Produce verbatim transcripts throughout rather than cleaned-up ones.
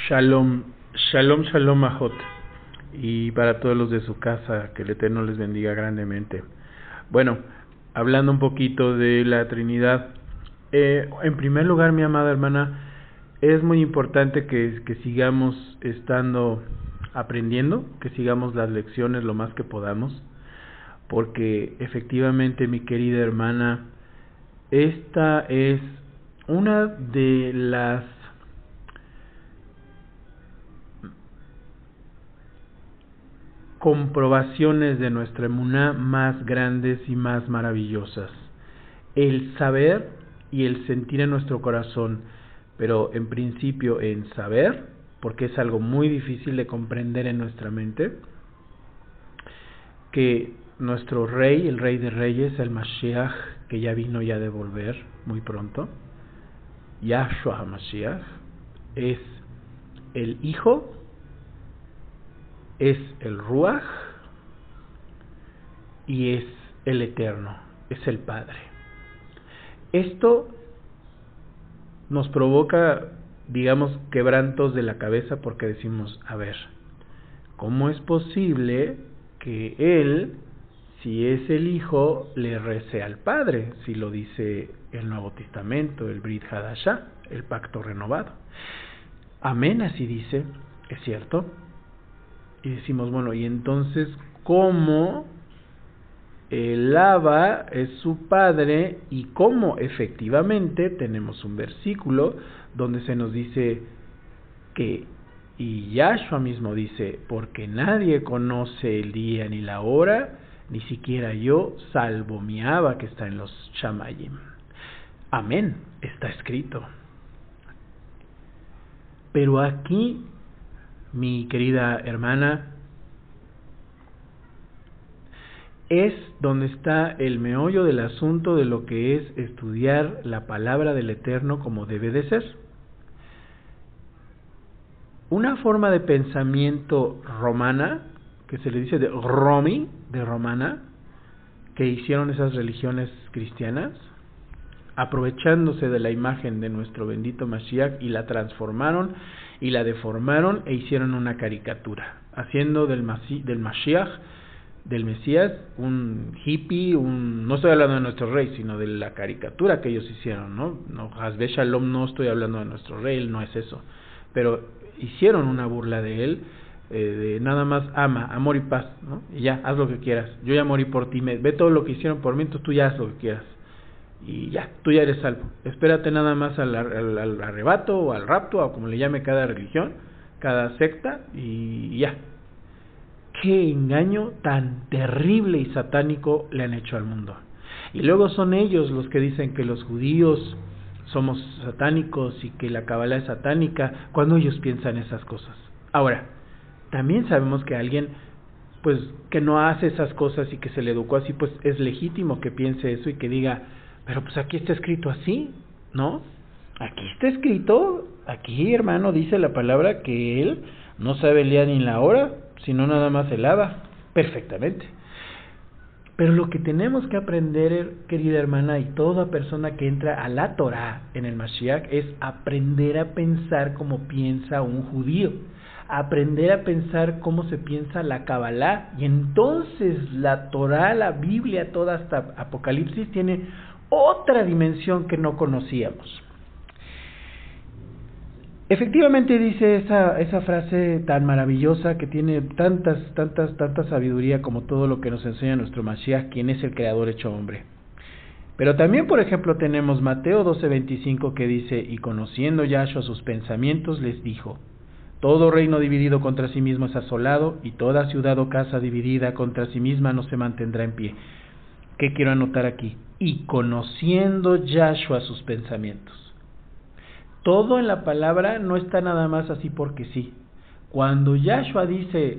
Shalom, shalom, shalom, Majot. Y para todos los de su casa, que el Eterno les bendiga grandemente. Bueno, hablando un poquito de la Trinidad. Eh, en primer lugar, mi amada hermana, es muy importante que, que sigamos estando aprendiendo, que sigamos las lecciones lo más que podamos, porque efectivamente, mi querida hermana, esta es una de las comprobaciones de nuestra emuná más grandes y más maravillosas. El saber y el sentir en nuestro corazón, pero en principio en saber, porque es algo muy difícil de comprender en nuestra mente, que nuestro rey, el rey de reyes, el Mashiach, que ya vino ya de volver muy pronto, Yahshua HaMashiach, es el Hijo, es el Ruach y es el Eterno, es el Padre. Esto nos provoca, digamos, quebrantos de la cabeza, porque decimos, a ver, ¿cómo es posible que Él, si es el Hijo, le rece al Padre? Si lo dice el Nuevo Testamento, el Brit Hadashah, el pacto renovado. Amén, así dice, es cierto. Y decimos, bueno, y entonces, ¿cómo el Abba es su padre? Y cómo efectivamente tenemos un versículo donde se nos dice que, y Yahshua mismo dice, porque nadie conoce el día ni la hora, ni siquiera yo, salvo mi Abba que está en los Shamayim. Amén, está escrito. Pero aquí, mi querida hermana, es donde está el meollo del asunto de lo que es estudiar la palabra del Eterno como debe de ser. Una forma de pensamiento romana, que se le dice de Romi, de romana, que hicieron esas religiones cristianas, aprovechándose de la imagen de nuestro bendito Mashiach, y la transformaron y la deformaron e hicieron una caricatura, haciendo del, Masi, del Mashiach, del Mesías, un hippie, un, no estoy hablando de nuestro rey, sino de la caricatura que ellos hicieron, ¿no? No, Hasbe Shalom, no estoy hablando de nuestro rey, él no es eso, pero hicieron una burla de él, eh, de nada más ama, amor y paz, ¿no? Y ya, haz lo que quieras, yo ya morí por ti, me, ve todo lo que hicieron por mí, entonces tú ya haz lo que quieras. Y ya, tú ya eres salvo. Espérate nada más al, al, al arrebato o al rapto, o como le llame cada religión, cada secta, y ya. Qué engaño tan terrible y satánico le han hecho al mundo. Y luego son ellos los que dicen que los judíos somos satánicos y que la Kabbalah es satánica, cuando ellos piensan esas cosas. Ahora, también sabemos que alguien, pues, que no hace esas cosas y que se le educó así, pues es legítimo que piense eso y que diga, pero pues aquí está escrito así, ¿no? Aquí está escrito, aquí, hermano, dice la palabra que él no sabe el día ni la hora, sino nada más el Abba. Perfectamente. Pero lo que tenemos que aprender, querida hermana, y toda persona que entra a la Torah en el Mashiach, es aprender a pensar como piensa un judío, aprender a pensar cómo se piensa la Kabbalah, y entonces la Torah, la Biblia, toda hasta Apocalipsis, tiene otra dimensión que no conocíamos. Efectivamente dice esa, esa frase tan maravillosa que tiene tantas, tantas, tanta sabiduría como todo lo que nos enseña nuestro Mashiach, quien es el creador hecho hombre. Pero también, por ejemplo, tenemos Mateo doce veinticinco que dice, y conociendo Yahshua sus pensamientos, les dijo, todo reino dividido contra sí mismo es asolado, y toda ciudad o casa dividida contra sí misma no se mantendrá en pie. ¿Qué quiero anotar aquí? Y conociendo Yahshua sus pensamientos. Todo en la palabra no está nada más así porque sí. Cuando Yahshua dice,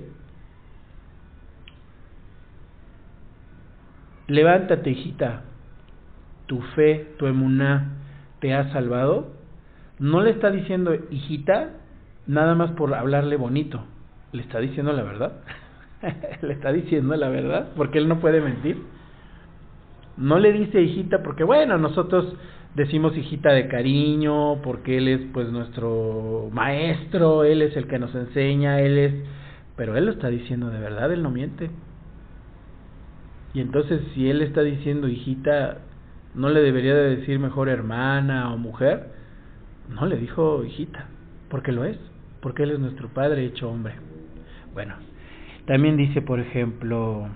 levántate, hijita, tu fe, tu emuná te ha salvado, no le está diciendo hijita nada más por hablarle bonito, le está diciendo la verdad. Le está diciendo la verdad, porque él no puede mentir. No le dice hijita porque, bueno, nosotros decimos hijita de cariño, porque él es pues nuestro maestro, él es el que nos enseña, él es... Pero él lo está diciendo de verdad, él no miente. Y entonces si él está diciendo hijita, ¿no le debería de decir mejor hermana o mujer? No, le dijo hijita, porque lo es, porque él es nuestro Padre hecho hombre. Bueno, también dice, por ejemplo,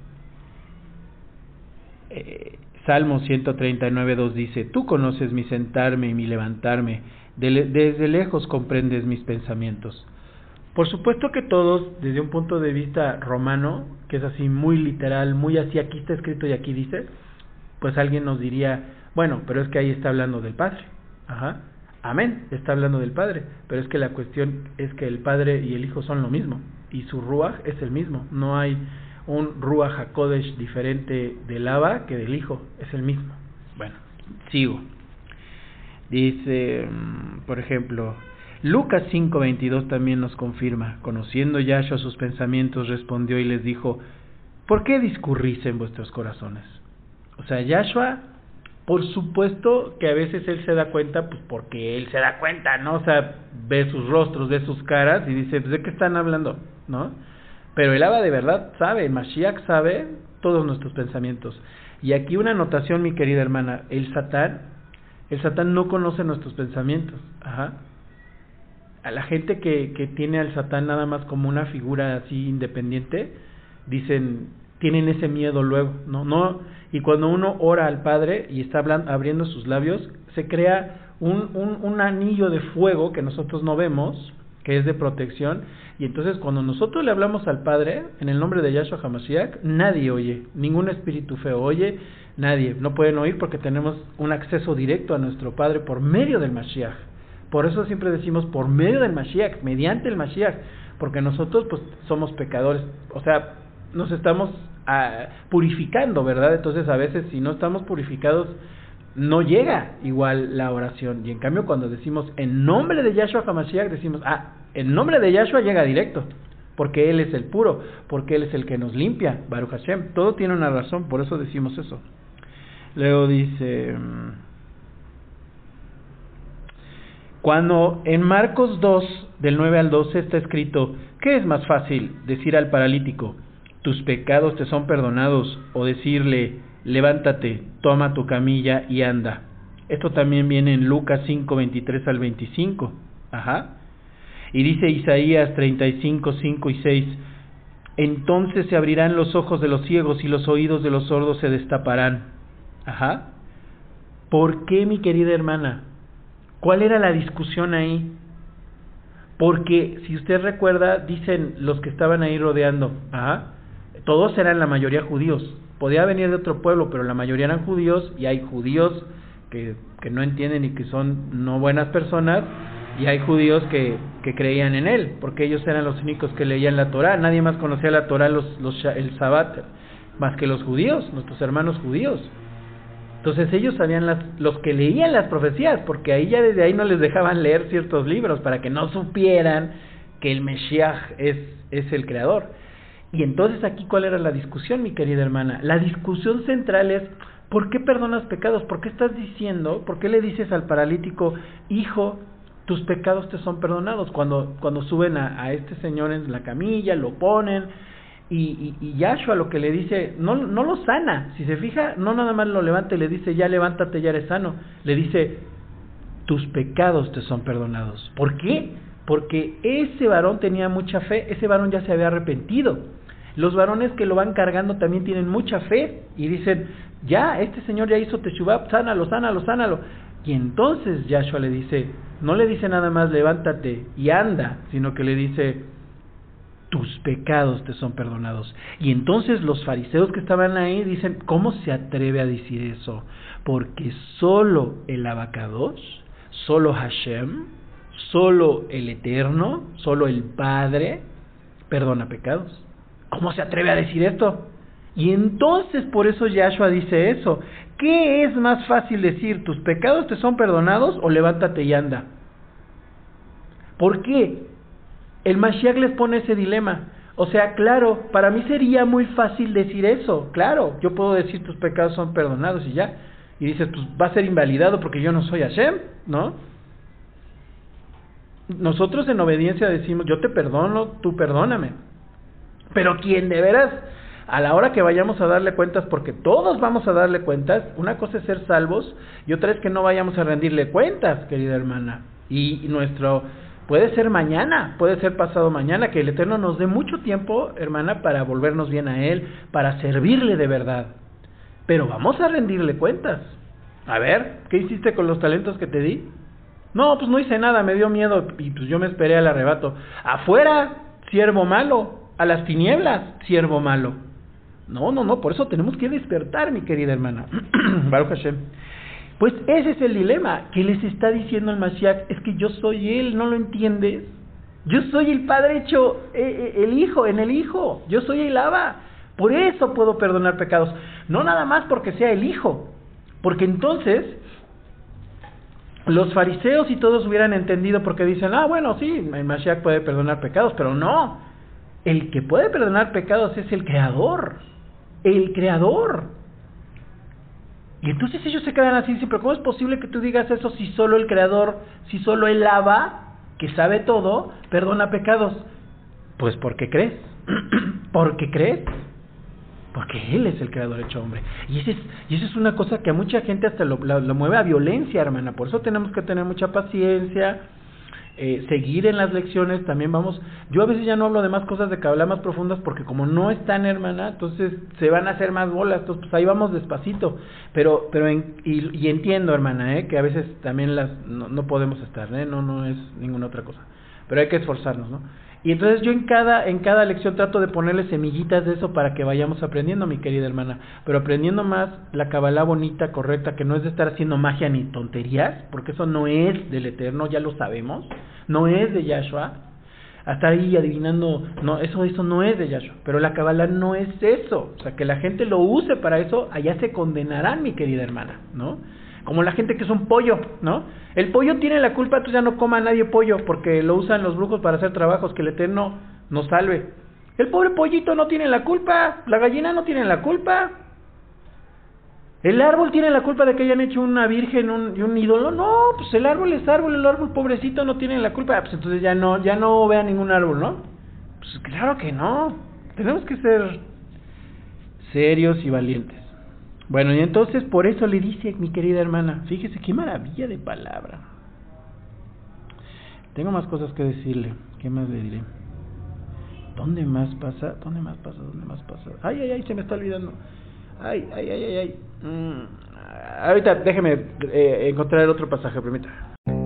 eh, Salmo ciento treinta y nueve, dos dice: tú conoces mi sentarme y mi levantarme, de, desde lejos comprendes mis pensamientos. Por supuesto que todos, desde un punto de vista romano, que es así muy literal, muy así, aquí está escrito y aquí dice, pues alguien nos diría, bueno, pero es que ahí está hablando del Padre. Ajá, amén, está hablando del Padre, pero es que la cuestión es que el Padre y el Hijo son lo mismo, y su Ruach es el mismo, no hay un Ruach HaKodesh diferente del Abba que del Hijo, es el mismo. Bueno, sigo. Dice, por ejemplo, Lucas cinco veintidós también nos confirma: conociendo Yahshua sus pensamientos, respondió y les dijo: ¿por qué discurrís en vuestros corazones? O sea, Yahshua, por supuesto que a veces él se da cuenta, pues porque él se da cuenta, ¿no? O sea, ve sus rostros, ve sus caras y dice, pues ¿de qué están hablando? ¿No? Pero el Abba de verdad sabe, Mashiach sabe todos nuestros pensamientos. Y aquí una anotación, mi querida hermana: el Satán, el Satán no conoce nuestros pensamientos. Ajá. A la gente que, que tiene al Satán nada más como una figura así independiente, dicen, tienen ese miedo luego, no, no, y cuando uno ora al Padre y está hablando, abriendo sus labios, se crea un, un, un anillo de fuego que nosotros no vemos, que es de protección, y entonces cuando nosotros le hablamos al Padre, en el nombre de Yahshua HaMashiach, nadie oye, ningún espíritu feo oye, nadie, no pueden oír porque tenemos un acceso directo a nuestro Padre por medio del Mashiach. Por eso siempre decimos por medio del Mashiach, mediante el Mashiach, porque nosotros pues somos pecadores, o sea, nos estamos uh, purificando, ¿verdad? Entonces a veces si no estamos purificados no llega igual la oración, y en cambio cuando decimos en nombre de Yahshua HaMashiach, decimos, ah, en nombre de Yahshua llega directo, porque Él es el puro, porque Él es el que nos limpia, Baruch Hashem, todo tiene una razón, por eso decimos eso. Luego dice... Cuando en Marcos dos, del nueve al doce, está escrito, ¿qué es más fácil? Decir al paralítico, tus pecados te son perdonados, o decirle, levántate, toma tu camilla y anda. Esto también viene en Lucas cinco, veintitrés al veinticinco. Ajá. Y dice Isaías treinta y cinco, cinco y seis, entonces se abrirán los ojos de los ciegos y los oídos de los sordos se destaparán. Ajá. ¿Por qué, mi querida hermana? ¿Cuál era la discusión ahí? Porque, si usted recuerda, dicen los que estaban ahí rodeando, ajá, todos eran la mayoría judíos. Podía venir de otro pueblo, pero la mayoría eran judíos, y hay judíos que, que no entienden y que son no buenas personas, y hay judíos que, que creían en él, porque ellos eran los únicos que leían la Torá. Nadie más conocía la Torá, los, los, el Sabbat, más que los judíos, nuestros hermanos judíos. Entonces ellos sabían las, los que leían las profecías, porque ahí ya desde ahí no les dejaban leer ciertos libros para que no supieran que el Mesías es, es el creador. Y entonces aquí, ¿cuál era la discusión, mi querida hermana? La discusión central es, ¿por qué perdonas pecados? ¿Por qué estás diciendo, por qué le dices al paralítico, hijo, tus pecados te son perdonados? Cuando, cuando suben a, a este señor en la camilla, lo ponen... Y, y, y Yahshua lo que le dice, no, no lo sana, si se fija, no nada más lo levanta y le dice, ya levántate, ya eres sano, le dice, tus pecados te son perdonados. ¿Por qué? Porque ese varón tenía mucha fe, ese varón ya se había arrepentido. Los varones que lo van cargando también tienen mucha fe y dicen, ya, este señor ya hizo teshuvah, sánalo, sánalo, sánalo. Y entonces Yahshua le dice, no le dice nada más levántate y anda, sino que le dice, tus pecados te son perdonados. Y entonces los fariseos que estaban ahí dicen, ¿cómo se atreve a decir eso? Porque solo el Abacadosh, solo Hashem, solo el Eterno, solo el Padre perdona pecados. ¿Cómo se atreve a decir esto? Y entonces por eso Yahshua dice eso. ¿Qué es más fácil decir? ¿Tus pecados te son perdonados o levántate y anda? ¿Por qué? El Mashiach les pone ese dilema. O sea, claro, para mí sería muy fácil decir eso. Claro, yo puedo decir tus pecados son perdonados y ya. y dices, pues va a ser invalidado porque yo no soy Hashem, ¿no? Nosotros en obediencia decimos, yo te perdono, tú perdóname. Pero quien de veras, a la hora que vayamos a darle cuentas, porque todos vamos a darle cuentas, una cosa es ser salvos y otra es que no vayamos a rendirle cuentas, querida hermana. Y nuestro, puede ser mañana, puede ser pasado mañana, que el Eterno nos dé mucho tiempo, hermana, para volvernos bien a Él, para servirle de verdad. Pero vamos a rendirle cuentas. A ver, ¿qué hiciste con los talentos que te di? No, pues no hice nada, me dio miedo y pues yo me esperé al arrebato. Afuera, siervo malo. A las tinieblas, siervo malo. No, no, no, por eso tenemos que despertar, mi querida hermana. Baruch Hashem. Pues ese es el dilema que les está diciendo el Mashiach. Es que yo soy Él, ¿no lo entiendes? Yo soy el Padre hecho, eh, el Hijo, en el Hijo. Yo soy el Abba. Por eso puedo perdonar pecados. No nada más porque sea el Hijo. Porque entonces los fariseos y todos hubieran entendido, porque dicen, ah, bueno, sí, el Mashiach puede perdonar pecados, pero no. El que puede perdonar pecados es el Creador. El Creador. Y entonces ellos se quedan así, pero ¿cómo es posible que tú digas eso si solo el Creador, si solo el Abba, que sabe todo, perdona pecados? Pues porque crees. Porque crees. Porque Él es el Creador hecho hombre. Y esa es, y eso es una cosa que a mucha gente hasta lo, lo, lo mueve a violencia, hermana. Por eso tenemos que tener mucha paciencia. Eh, seguir en las lecciones, también vamos, yo a veces ya no hablo de más cosas de Kabbalah más profundas porque como no están, hermana, entonces se van a hacer más bolas, entonces pues ahí vamos despacito, pero pero en, y, y entiendo, hermana, eh, que a veces también las no, no podemos estar, eh, no no es ninguna otra cosa, pero hay que esforzarnos, ¿no? Y entonces yo en cada en cada lección trato de ponerle semillitas de eso para que vayamos aprendiendo, mi querida hermana, pero aprendiendo más la Kabbalah bonita, correcta, que no es de estar haciendo magia ni tonterías, porque eso no es del Eterno, ya lo sabemos, no es de Yahshua, hasta ahí adivinando, no, eso eso no es de Yahshua, pero la Kabbalah no es eso, o sea, que la gente lo use para eso, allá se condenarán, mi querida hermana, ¿no? Como la gente que es un pollo, ¿no? El pollo tiene la culpa, entonces ya no coma nadie pollo, porque lo usan los brujos para hacer trabajos, que el Eterno nos salve. El pobre pollito no tiene la culpa, la gallina no tiene la culpa. El árbol tiene la culpa de que hayan hecho una virgen un, y un ídolo. No, pues el árbol es árbol, el árbol pobrecito no tiene la culpa. Pues entonces ya no, ya no vea ningún árbol, ¿no? Pues claro que no. Tenemos que ser serios y valientes. Bueno, y entonces por eso le dice, mi querida hermana, fíjese qué maravilla de palabra. Tengo más cosas que decirle. ¿Qué más le diré? ¿Dónde más pasa? ¿Dónde más pasa? ¿Dónde más pasa? Ay, ay, ay, se me está olvidando. Ay, ay, ay, ay, ay. Mm. Ahorita déjeme eh, encontrar otro pasaje, permítame.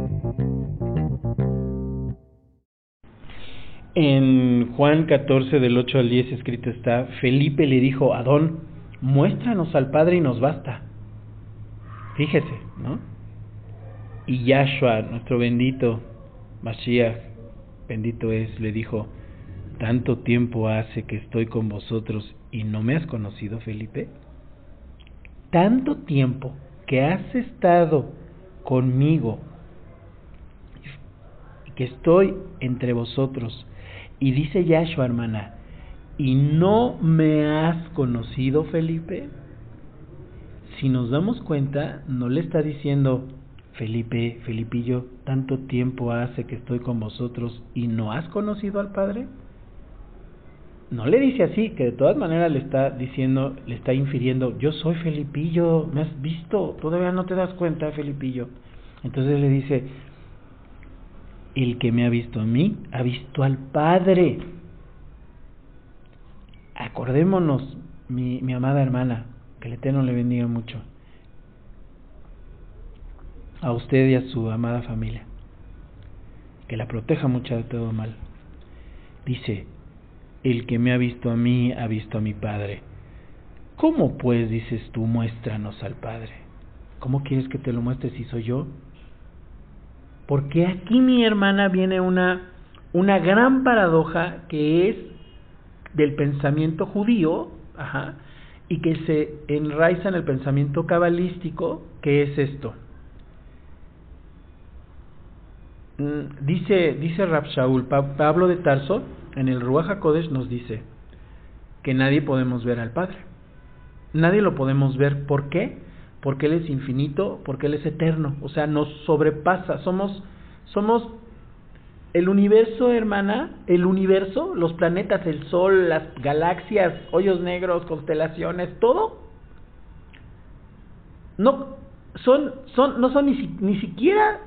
En Juan catorce del ocho al diez escrito está, Felipe le dijo a Adón, muéstranos al Padre y nos basta. Fíjese, ¿no? Y Yahshua, nuestro bendito Mashiach, bendito es, le dijo, ¿tanto tiempo hace que estoy con vosotros y no me has conocido, Felipe? Tanto tiempo que has estado conmigo y que estoy entre vosotros. Y dice Yahshua, hermana, ¿y no me has conocido, Felipe? Si nos damos cuenta, no le está diciendo, Felipe, Felipillo, tanto tiempo hace que estoy con vosotros y no has conocido al Padre. No le dice así, que de todas maneras le está diciendo, le está infiriendo, yo soy Felipillo, ¿me has visto? Todavía no te das cuenta, Felipillo. Entonces le dice, el que me ha visto a mí, ha visto al Padre. Acordémonos, mi, mi amada hermana, que el Eterno le bendiga mucho, a usted y a su amada familia, que la proteja mucho de todo mal. Dice, el que me ha visto a mí, ha visto a mi Padre. ¿Cómo pues, dices tú, muéstranos al Padre? ¿Cómo quieres que te lo muestre si soy yo? Porque aquí, mi hermana, viene una, una gran paradoja que es del pensamiento judío, ajá, y que se enraiza en el pensamiento cabalístico, que es esto. Dice, dice Rab Shaul, Pablo de Tarso, en el Ruach HaKodesh nos dice que nadie podemos ver al Padre. Nadie lo podemos ver. ¿Por qué? porque Él es infinito, porque Él es eterno, o sea, nos sobrepasa, somos, somos el universo, hermana, el universo, los planetas, el sol, las galaxias, hoyos negros, constelaciones, todo, no son, son, no son ni, ni siquiera,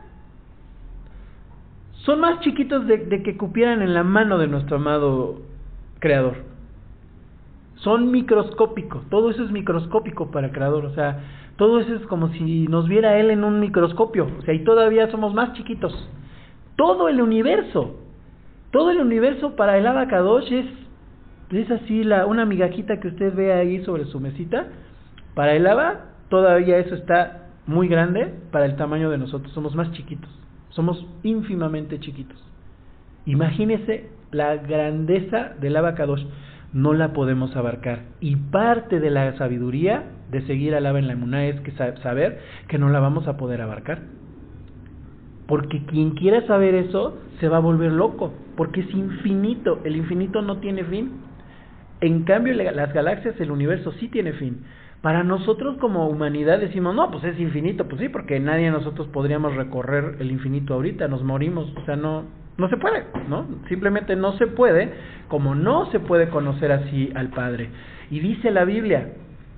son más chiquitos de, de que cupieran en la mano de nuestro amado Creador. Son microscópicos, todo eso es microscópico para el Creador, o sea, todo eso es como si nos viera Él en un microscopio, o sea, y todavía somos más chiquitos. Todo el universo, todo el universo para el Abacadosh es, es así, la, una migajita que usted ve ahí sobre su mesita. Para el Aba, todavía eso está muy grande para el tamaño de nosotros, somos más chiquitos, somos ínfimamente chiquitos. Imagínese la grandeza del Abacadosh. No la podemos abarcar, y parte de la sabiduría de seguir al Abba en la emuná es que saber que no la vamos a poder abarcar, porque quien quiera saber eso se va a volver loco, porque es infinito, el infinito no tiene fin. En cambio las galaxias, el universo sí tiene fin. Para nosotros como humanidad decimos, no, pues es infinito, pues sí, porque nadie de nosotros podríamos recorrer el infinito ahorita, nos morimos, o sea, no, no se puede, ¿no? Simplemente no se puede, como no se puede conocer así al Padre. Y dice la Biblia,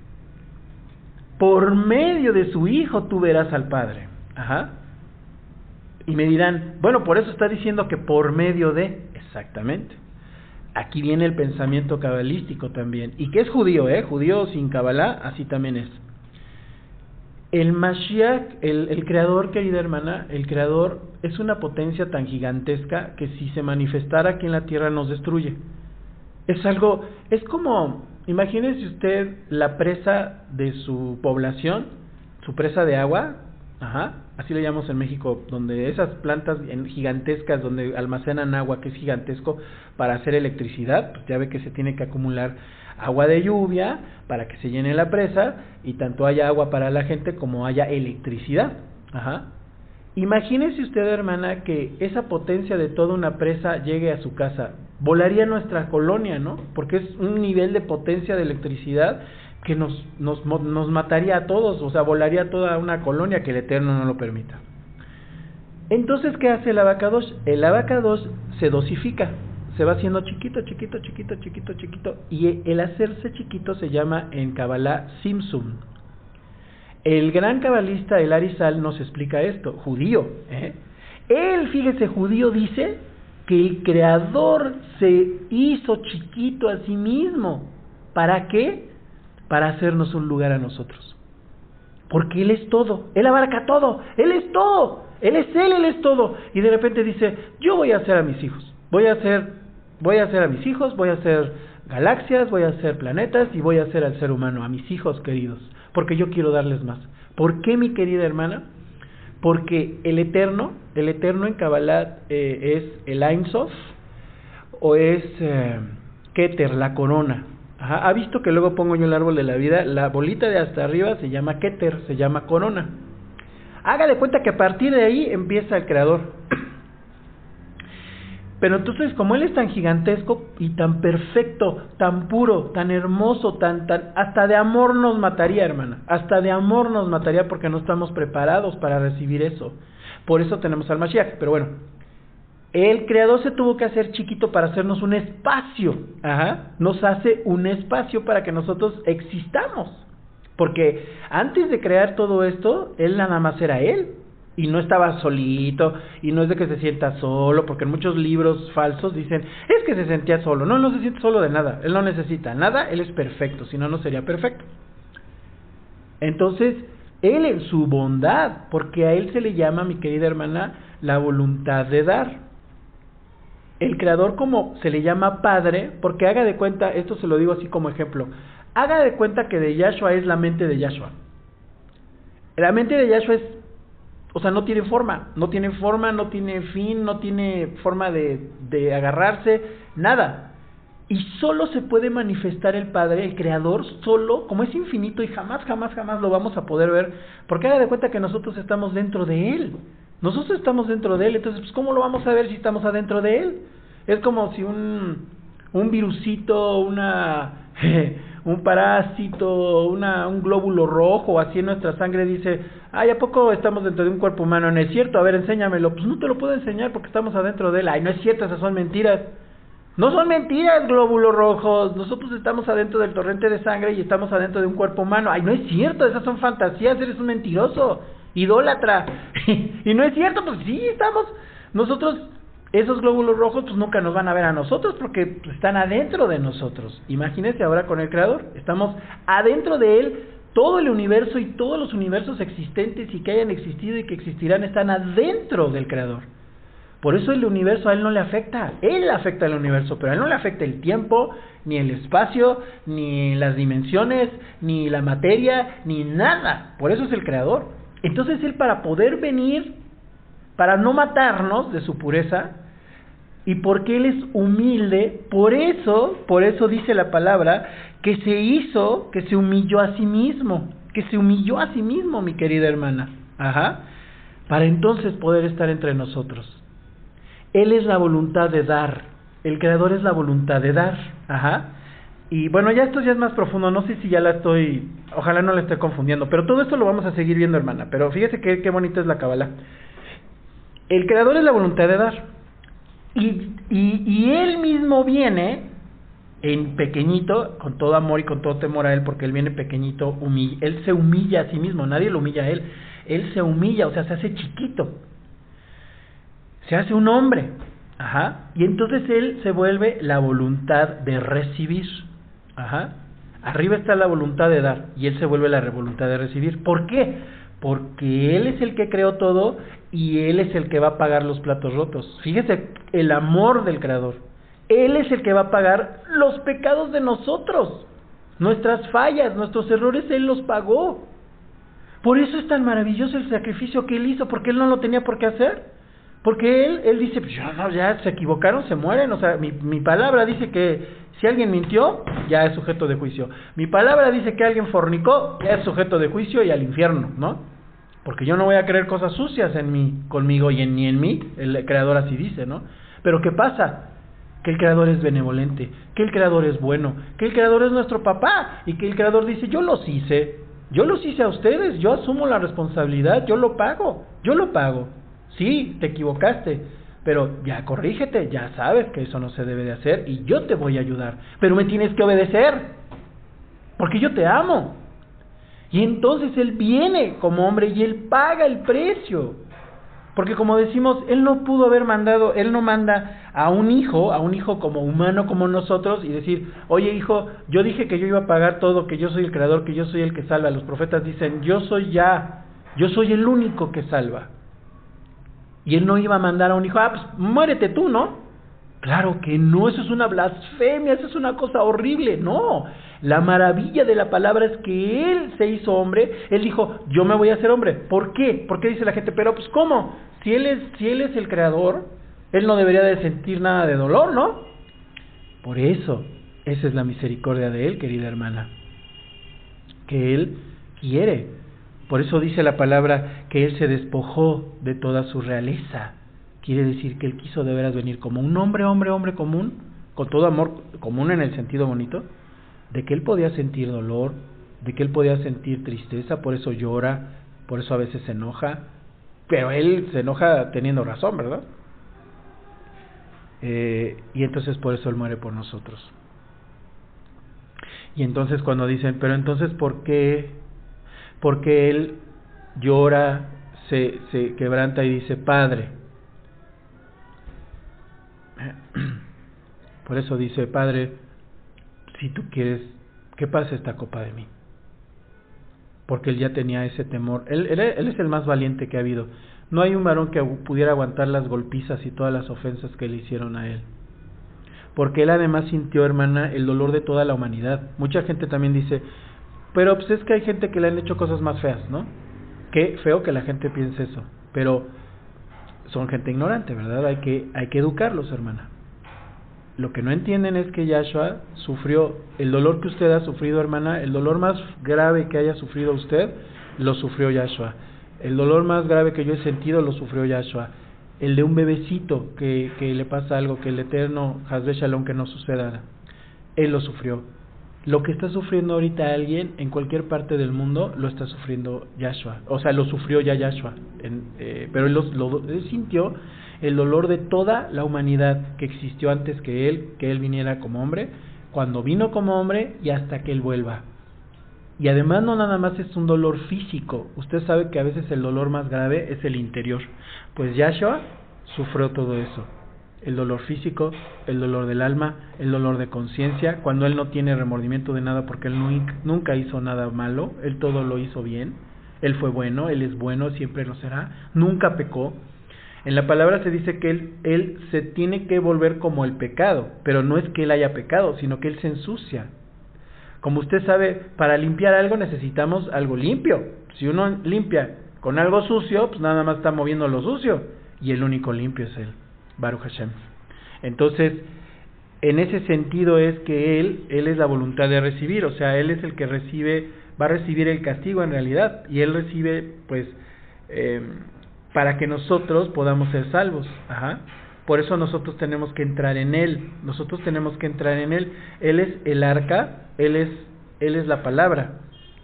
por medio de su Hijo tú verás al Padre. Ajá. Y me dirán, bueno, por eso está diciendo que por medio de, exactamente. Aquí viene el pensamiento cabalístico también, y que es judío, ¿eh? Judío sin cabalá, así también es. El Mashiach, el, el creador, querida hermana, el creador es una potencia tan gigantesca que si se manifestara aquí en la tierra nos destruye. Es algo, es como, imagínese usted la presa de su población, su presa de agua, ajá, así le llamamos en México, donde esas plantas gigantescas, donde almacenan agua, que es gigantesco, para hacer electricidad, pues ya ve que se tiene que acumular agua de lluvia para que se llene la presa, y tanto haya agua para la gente como haya electricidad. Ajá. Imagínese usted, hermana, que esa potencia de toda una presa llegue a su casa. Volaría nuestra colonia, ¿no? Porque es un nivel de potencia de electricidad que nos, nos, nos mataría a todos, o sea, volaría toda una colonia, que el Eterno no lo permita. Entonces, ¿qué hace el Abacadosh? El Abacadosh se dosifica, se va haciendo chiquito, chiquito, chiquito, chiquito, chiquito, y el hacerse chiquito se llama en Kabbalah Simsum. El gran cabalista, el Arizal, nos explica esto, judío, ¿eh? Él, fíjese, judío, dice que el Creador se hizo chiquito a sí mismo. ¿Para qué? Para hacernos un lugar a nosotros. Porque Él es todo, Él abarca todo, Él es todo, Él es Él, Él es todo. Y de repente dice, yo voy a hacer a mis hijos, voy a hacer, voy a hacer a mis hijos, voy a hacer galaxias, voy a hacer planetas y voy a hacer al ser humano, a mis hijos queridos, porque yo quiero darles más. ¿Por qué, mi querida hermana? Porque el Eterno, el Eterno en Kabbalah eh, es el Ein Sof, o es eh, Keter, la corona. Ajá. ¿Ha visto que luego pongo yo el árbol de la vida? La bolita de hasta arriba se llama Keter, se llama corona. Haga de cuenta que a partir de ahí empieza el Creador. Pero entonces, como Él es tan gigantesco y tan perfecto, tan puro, tan hermoso, tan, tan, hasta de amor nos mataría, hermana. Hasta de amor nos mataría, porque no estamos preparados para recibir eso. Por eso tenemos al Mashiach. Pero bueno, el Creador se tuvo que hacer chiquito para hacernos un espacio. Ajá. Nos hace un espacio para que nosotros existamos. Porque antes de crear todo esto, Él nada más era Él. Y no estaba solito, y no es de que se sienta solo, porque en muchos libros falsos dicen, es que se sentía solo. No, no se siente solo de nada, Él no necesita nada, Él es perfecto, si no, no sería perfecto. Entonces, Él en su bondad, porque a Él se le llama, mi querida hermana, la voluntad de dar. El Creador, como se le llama Padre, porque haga de cuenta, esto se lo digo así como ejemplo, haga de cuenta que de Yahshua es la mente de Yahshua. La mente de Yahshua es, o sea, no tiene forma, no tiene forma, no tiene fin, no tiene forma de, de agarrarse, nada. Y solo se puede manifestar el Padre, el Creador, solo, como es infinito y jamás, jamás, jamás lo vamos a poder ver, porque haga de cuenta que nosotros estamos dentro de Él. Nosotros estamos dentro de Él, entonces, pues, ¿cómo lo vamos a ver si estamos adentro de Él? Es como si un, un virusito, una, un parásito, una, un glóbulo rojo, así en nuestra sangre, dice, ay, ¿a poco estamos dentro de un cuerpo humano? No es cierto, a ver, enséñamelo. Pues no te lo puedo enseñar porque estamos adentro de él. Ay, no es cierto, esas son mentiras. No son mentiras, glóbulos rojos. Nosotros estamos adentro del torrente de sangre y estamos adentro de un cuerpo humano. Ay, no es cierto, esas son fantasías, eres un mentiroso, idólatra. Y no es cierto, pues sí, estamos... Nosotros, esos glóbulos rojos, pues nunca nos van a ver a nosotros porque están adentro de nosotros. Imagínense ahora con el Creador. Estamos adentro de Él. Todo el universo y todos los universos existentes y que hayan existido y que existirán están adentro del Creador. Por eso el universo a Él no le afecta. Él afecta al universo, pero a Él no le afecta el tiempo, ni el espacio, ni las dimensiones, ni la materia, ni nada. Por eso es el Creador. Entonces Él, para poder venir, para no matarnos de su pureza, y porque Él es humilde, por eso, por eso dice la palabra, que se hizo, que se humilló a sí mismo, que se humilló a sí mismo, mi querida hermana, ajá, para entonces poder estar entre nosotros. Él es la voluntad de dar, el Creador es la voluntad de dar, ajá, y bueno, ya esto ya es más profundo, no sé si ya la estoy, ojalá no la esté confundiendo, pero todo esto lo vamos a seguir viendo, hermana, pero fíjese que qué bonita es la Cábala. El Creador es la voluntad de dar, y, y, y Él mismo viene en pequeñito, con todo amor y con todo temor a Él, porque Él viene pequeñito, humilla, Él se humilla a sí mismo, nadie lo humilla a Él, Él se humilla, o sea, se hace chiquito, se hace un hombre, ajá, y entonces Él se vuelve la voluntad de recibir, ajá, arriba está la voluntad de dar, y Él se vuelve la voluntad de recibir. ¿Por qué? Porque Él es el que creó todo, y Él es el que va a pagar los platos rotos. Fíjese, el amor del Creador. Él es el que va a pagar los pecados de nosotros, nuestras fallas, nuestros errores, Él los pagó. Por eso es tan maravilloso el sacrificio que Él hizo, porque Él no lo tenía por qué hacer. Porque Él, él dice, pues ya, no, ya se equivocaron, se mueren. O sea, mi, mi palabra dice que si alguien mintió, ya es sujeto de juicio. Mi palabra dice que alguien fornicó, ya es sujeto de juicio y al infierno, ¿no? Porque yo no voy a creer cosas sucias en mí, conmigo y en, ni en mí. El Creador así dice, ¿no? Pero ¿qué pasa? Que el Creador es benevolente, que el Creador es bueno, que el Creador es nuestro papá, y que el Creador dice, yo los hice, yo los hice a ustedes, yo asumo la responsabilidad, yo lo pago, yo lo pago. Sí, te equivocaste, pero ya corrígete, ya sabes que eso no se debe de hacer y yo te voy a ayudar, pero me tienes que obedecer, porque yo te amo. Y entonces Él viene como hombre y Él paga el precio. Porque como decimos, Él no pudo haber mandado, Él no manda a un hijo, a un hijo como humano como nosotros y decir, oye hijo, yo dije que yo iba a pagar todo, que yo soy el Creador, que yo soy el que salva. Los profetas dicen, yo soy ya, yo soy el único que salva. Y Él no iba a mandar a un hijo, ah, pues muérete tú, ¿no? Claro que no, eso es una blasfemia, eso es una cosa horrible, no. La maravilla de la palabra es que Él se hizo hombre. Él dijo, yo me voy a hacer hombre. ¿Por qué? ¿Por qué dice la gente? Pero pues ¿cómo? Si Él es, si Él es el Creador, Él no debería de sentir nada de dolor, ¿no? Por eso, esa es la misericordia de Él, querida hermana, que Él quiere. Por eso dice la palabra que Él se despojó de toda su realeza. Quiere decir que Él quiso de veras venir como un hombre, hombre, hombre común, con todo amor común en el sentido bonito, de que Él podía sentir dolor, de que Él podía sentir tristeza, por eso llora, por eso a veces se enoja, pero Él se enoja teniendo razón, ¿verdad? Eh, y entonces por eso Él muere por nosotros. Y entonces cuando dicen, pero entonces ¿por qué? Porque Él llora, se, se quebranta y dice, Padre. Por eso dice, Padre, si tú quieres, que pase esta copa de mí. Porque Él ya tenía ese temor. Él, él, él es el más valiente que ha habido. No hay un varón que pudiera aguantar las golpizas y todas las ofensas que le hicieron a Él. Porque Él además sintió, hermana, el dolor de toda la humanidad. Mucha gente también dice, pero pues es que hay gente que le han hecho cosas más feas, ¿no? Qué feo que la gente piense eso. Pero son gente ignorante, ¿verdad? Hay que, hay que educarlos, hermana. Lo que no entienden es que Yahshua sufrió el dolor que usted ha sufrido, hermana, el dolor más grave que haya sufrido usted, lo sufrió Yahshua. El dolor más grave que yo he sentido, lo sufrió Yahshua. El de un bebecito que, que le pasa algo, que el eterno Hasbe Shalom que no suceda, Él lo sufrió. Lo que está sufriendo ahorita alguien en cualquier parte del mundo lo está sufriendo Yahshua, o sea, lo sufrió ya Yahshua, en, eh, pero él, lo, lo, él sintió el dolor de toda la humanidad que existió antes que él, que él viniera como hombre, cuando vino como hombre y hasta que él vuelva. Y además no nada más es un dolor físico, usted sabe que a veces el dolor más grave es el interior, pues Yahshua sufrió todo eso. El dolor físico, el dolor del alma, el dolor de conciencia, cuando él no tiene remordimiento de nada porque él nunca hizo nada malo, él todo lo hizo bien, él fue bueno, él es bueno, siempre lo será, nunca pecó. En la palabra se dice que él, él se tiene que volver como el pecado, pero no es que él haya pecado, sino que él se ensucia. Como usted sabe, para limpiar algo necesitamos algo limpio. Si uno limpia con algo sucio, pues nada más está moviendo lo sucio, y el único limpio es él. Baruch Hashem. Entonces, en ese sentido es que él, él es la voluntad de recibir, o sea, él es el que recibe, va a recibir el castigo en realidad, y él recibe, pues, eh, para que nosotros podamos ser salvos. Ajá. Por eso nosotros tenemos que entrar en él, nosotros tenemos que entrar en él. Él es el arca, él es, él es la palabra.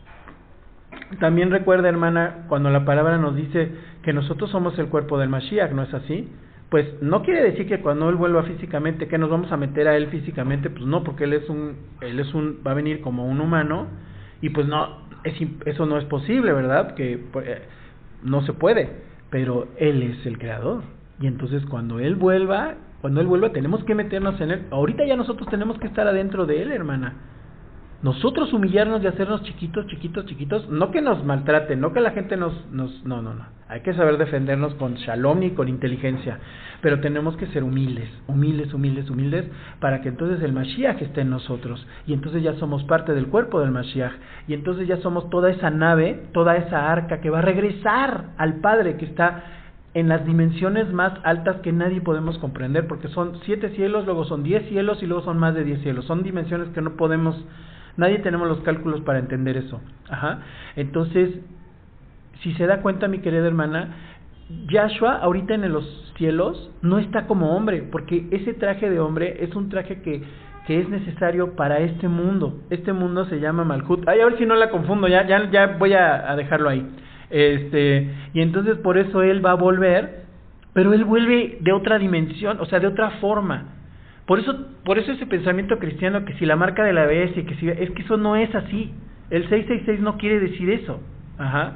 También recuerda, hermana, cuando la palabra nos dice que nosotros somos el cuerpo del Mashiach, ¿no es así? Pues no quiere decir que cuando él vuelva físicamente, que nos vamos a meter a él físicamente, pues no, porque él es un, él es un, va a venir como un humano, y pues no, es, eso no es posible, ¿verdad? Que pues, no se puede, pero él es el creador, y entonces cuando él vuelva, cuando él vuelva tenemos que meternos en él. Ahorita ya nosotros tenemos que estar adentro de él, hermana. Nosotros humillarnos y hacernos chiquitos, chiquitos, chiquitos, no que nos maltraten, no que la gente nos, nos, no, no, no, hay que saber defendernos con shalom y con inteligencia, pero tenemos que ser humildes, humildes, humildes, humildes, para que entonces el Mashiach esté en nosotros, y entonces ya somos parte del cuerpo del Mashiach, y entonces ya somos toda esa nave, toda esa arca que va a regresar al Padre, que está en las dimensiones más altas que nadie podemos comprender, porque son siete cielos, luego son diez cielos, y luego son más de diez cielos, son dimensiones que no podemos... Nadie tenemos los cálculos para entender eso. Ajá. Entonces, si se da cuenta, mi querida hermana, Yahshua ahorita en los cielos no está como hombre, porque ese traje de hombre es un traje que, que es necesario para este mundo. Este mundo se llama Malhut. Ay, a ver si no la confundo, ya, ya, ya voy a, a dejarlo ahí. Este, y entonces por eso él va a volver, pero él vuelve de otra dimensión, o sea, de otra forma. Por eso, por eso ese pensamiento cristiano que si la marca de la bestia, que si, es que eso no es así. El seiscientos sesenta y seis no quiere decir eso. Ajá.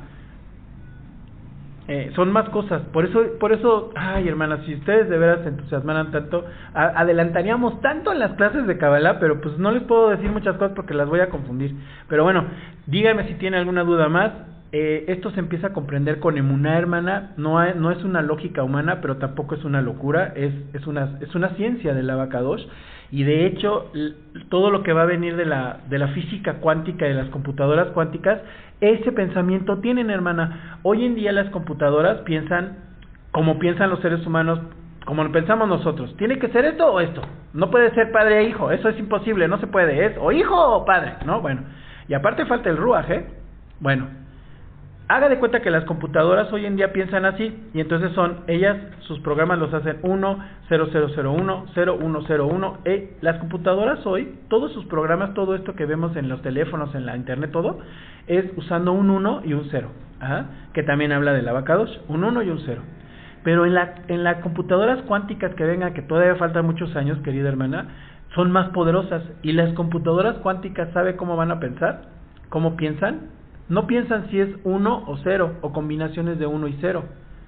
Eh, son más cosas. Por eso, por eso, ay, hermanas, si ustedes de veras se entusiasmaran tanto, a, adelantaríamos tanto en las clases de Kabbalah, pero pues no les puedo decir muchas cosas porque las voy a confundir. Pero bueno, díganme si tiene alguna duda más. Eh, esto se empieza a comprender con emuná, hermana. No, hay, no es una lógica humana, pero tampoco es una locura. Es, es, una, es una ciencia del Abacadosh. Y de hecho, todo lo que va a venir de la, de la física cuántica y de las computadoras cuánticas, ese pensamiento tienen, hermana. Hoy en día las computadoras piensan como piensan los seres humanos, como pensamos nosotros. ¿Tiene que ser esto o esto? No puede ser padre e hijo. Eso es imposible, no se puede. Es o hijo o padre, ¿no? Bueno, y aparte falta el ruaj, ¿eh? Bueno. Haga de cuenta que las computadoras hoy en día piensan así, y entonces son ellas, sus programas los hacen uno, cero cero cero uno, cero uno cero uno. Eh, las computadoras hoy, todos sus programas, todo esto que vemos en los teléfonos, en la internet, todo, es usando un uno y un cero, ajá, que también habla del Abacadosh, un uno y un cero. Pero en la en las computadoras cuánticas que vengan, que todavía faltan muchos años, querida hermana, son más poderosas, y las computadoras cuánticas, ¿sabe cómo van a pensar? ¿Cómo piensan? No piensan si es uno o cero, o combinaciones de uno y cero,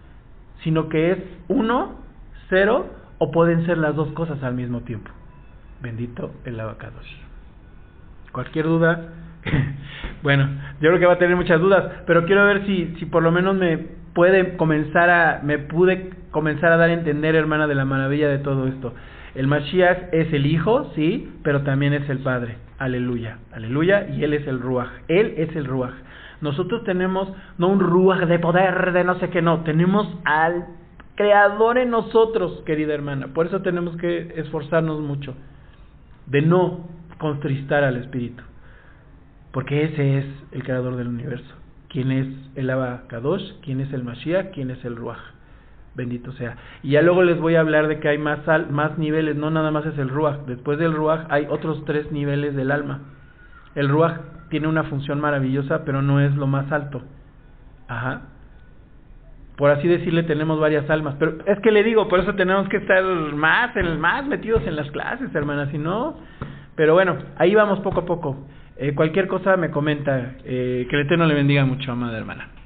sino que es uno, cero, o pueden ser las dos cosas al mismo tiempo. Bendito el Abacadosh. Cualquier duda, bueno, yo creo que va a tener muchas dudas, pero quiero ver si, si por lo menos me puede comenzar a, me pude comenzar a dar a entender, hermana, de la maravilla de todo esto. El Mashiach es el Hijo, sí, pero también es el Padre. Aleluya, aleluya, y Él es el Ruaj. Él es el Ruaj. Nosotros tenemos no un Ruaj de poder, de no sé qué, no. Tenemos al Creador en nosotros, querida hermana. Por eso tenemos que esforzarnos mucho de no contristar al Espíritu, porque ese es el Creador del universo. ¿Quién es el Abacadosh? ¿Quién es el Mashiach? ¿Quién es el Ruaj? Bendito sea. Y ya luego les voy a hablar de que hay más al, más niveles, no nada más es el Ruaj. Después del Ruaj hay otros tres niveles del alma. El Ruaj tiene una función maravillosa, pero no es lo más alto. Ajá. Por así decirle, tenemos varias almas. Pero es que le digo, por eso tenemos que estar más, en, más metidos en las clases, hermana, si no... Pero bueno, ahí vamos poco a poco. Eh, cualquier cosa me comenta. Eh, que el Eterno le bendiga mucho, amada hermana.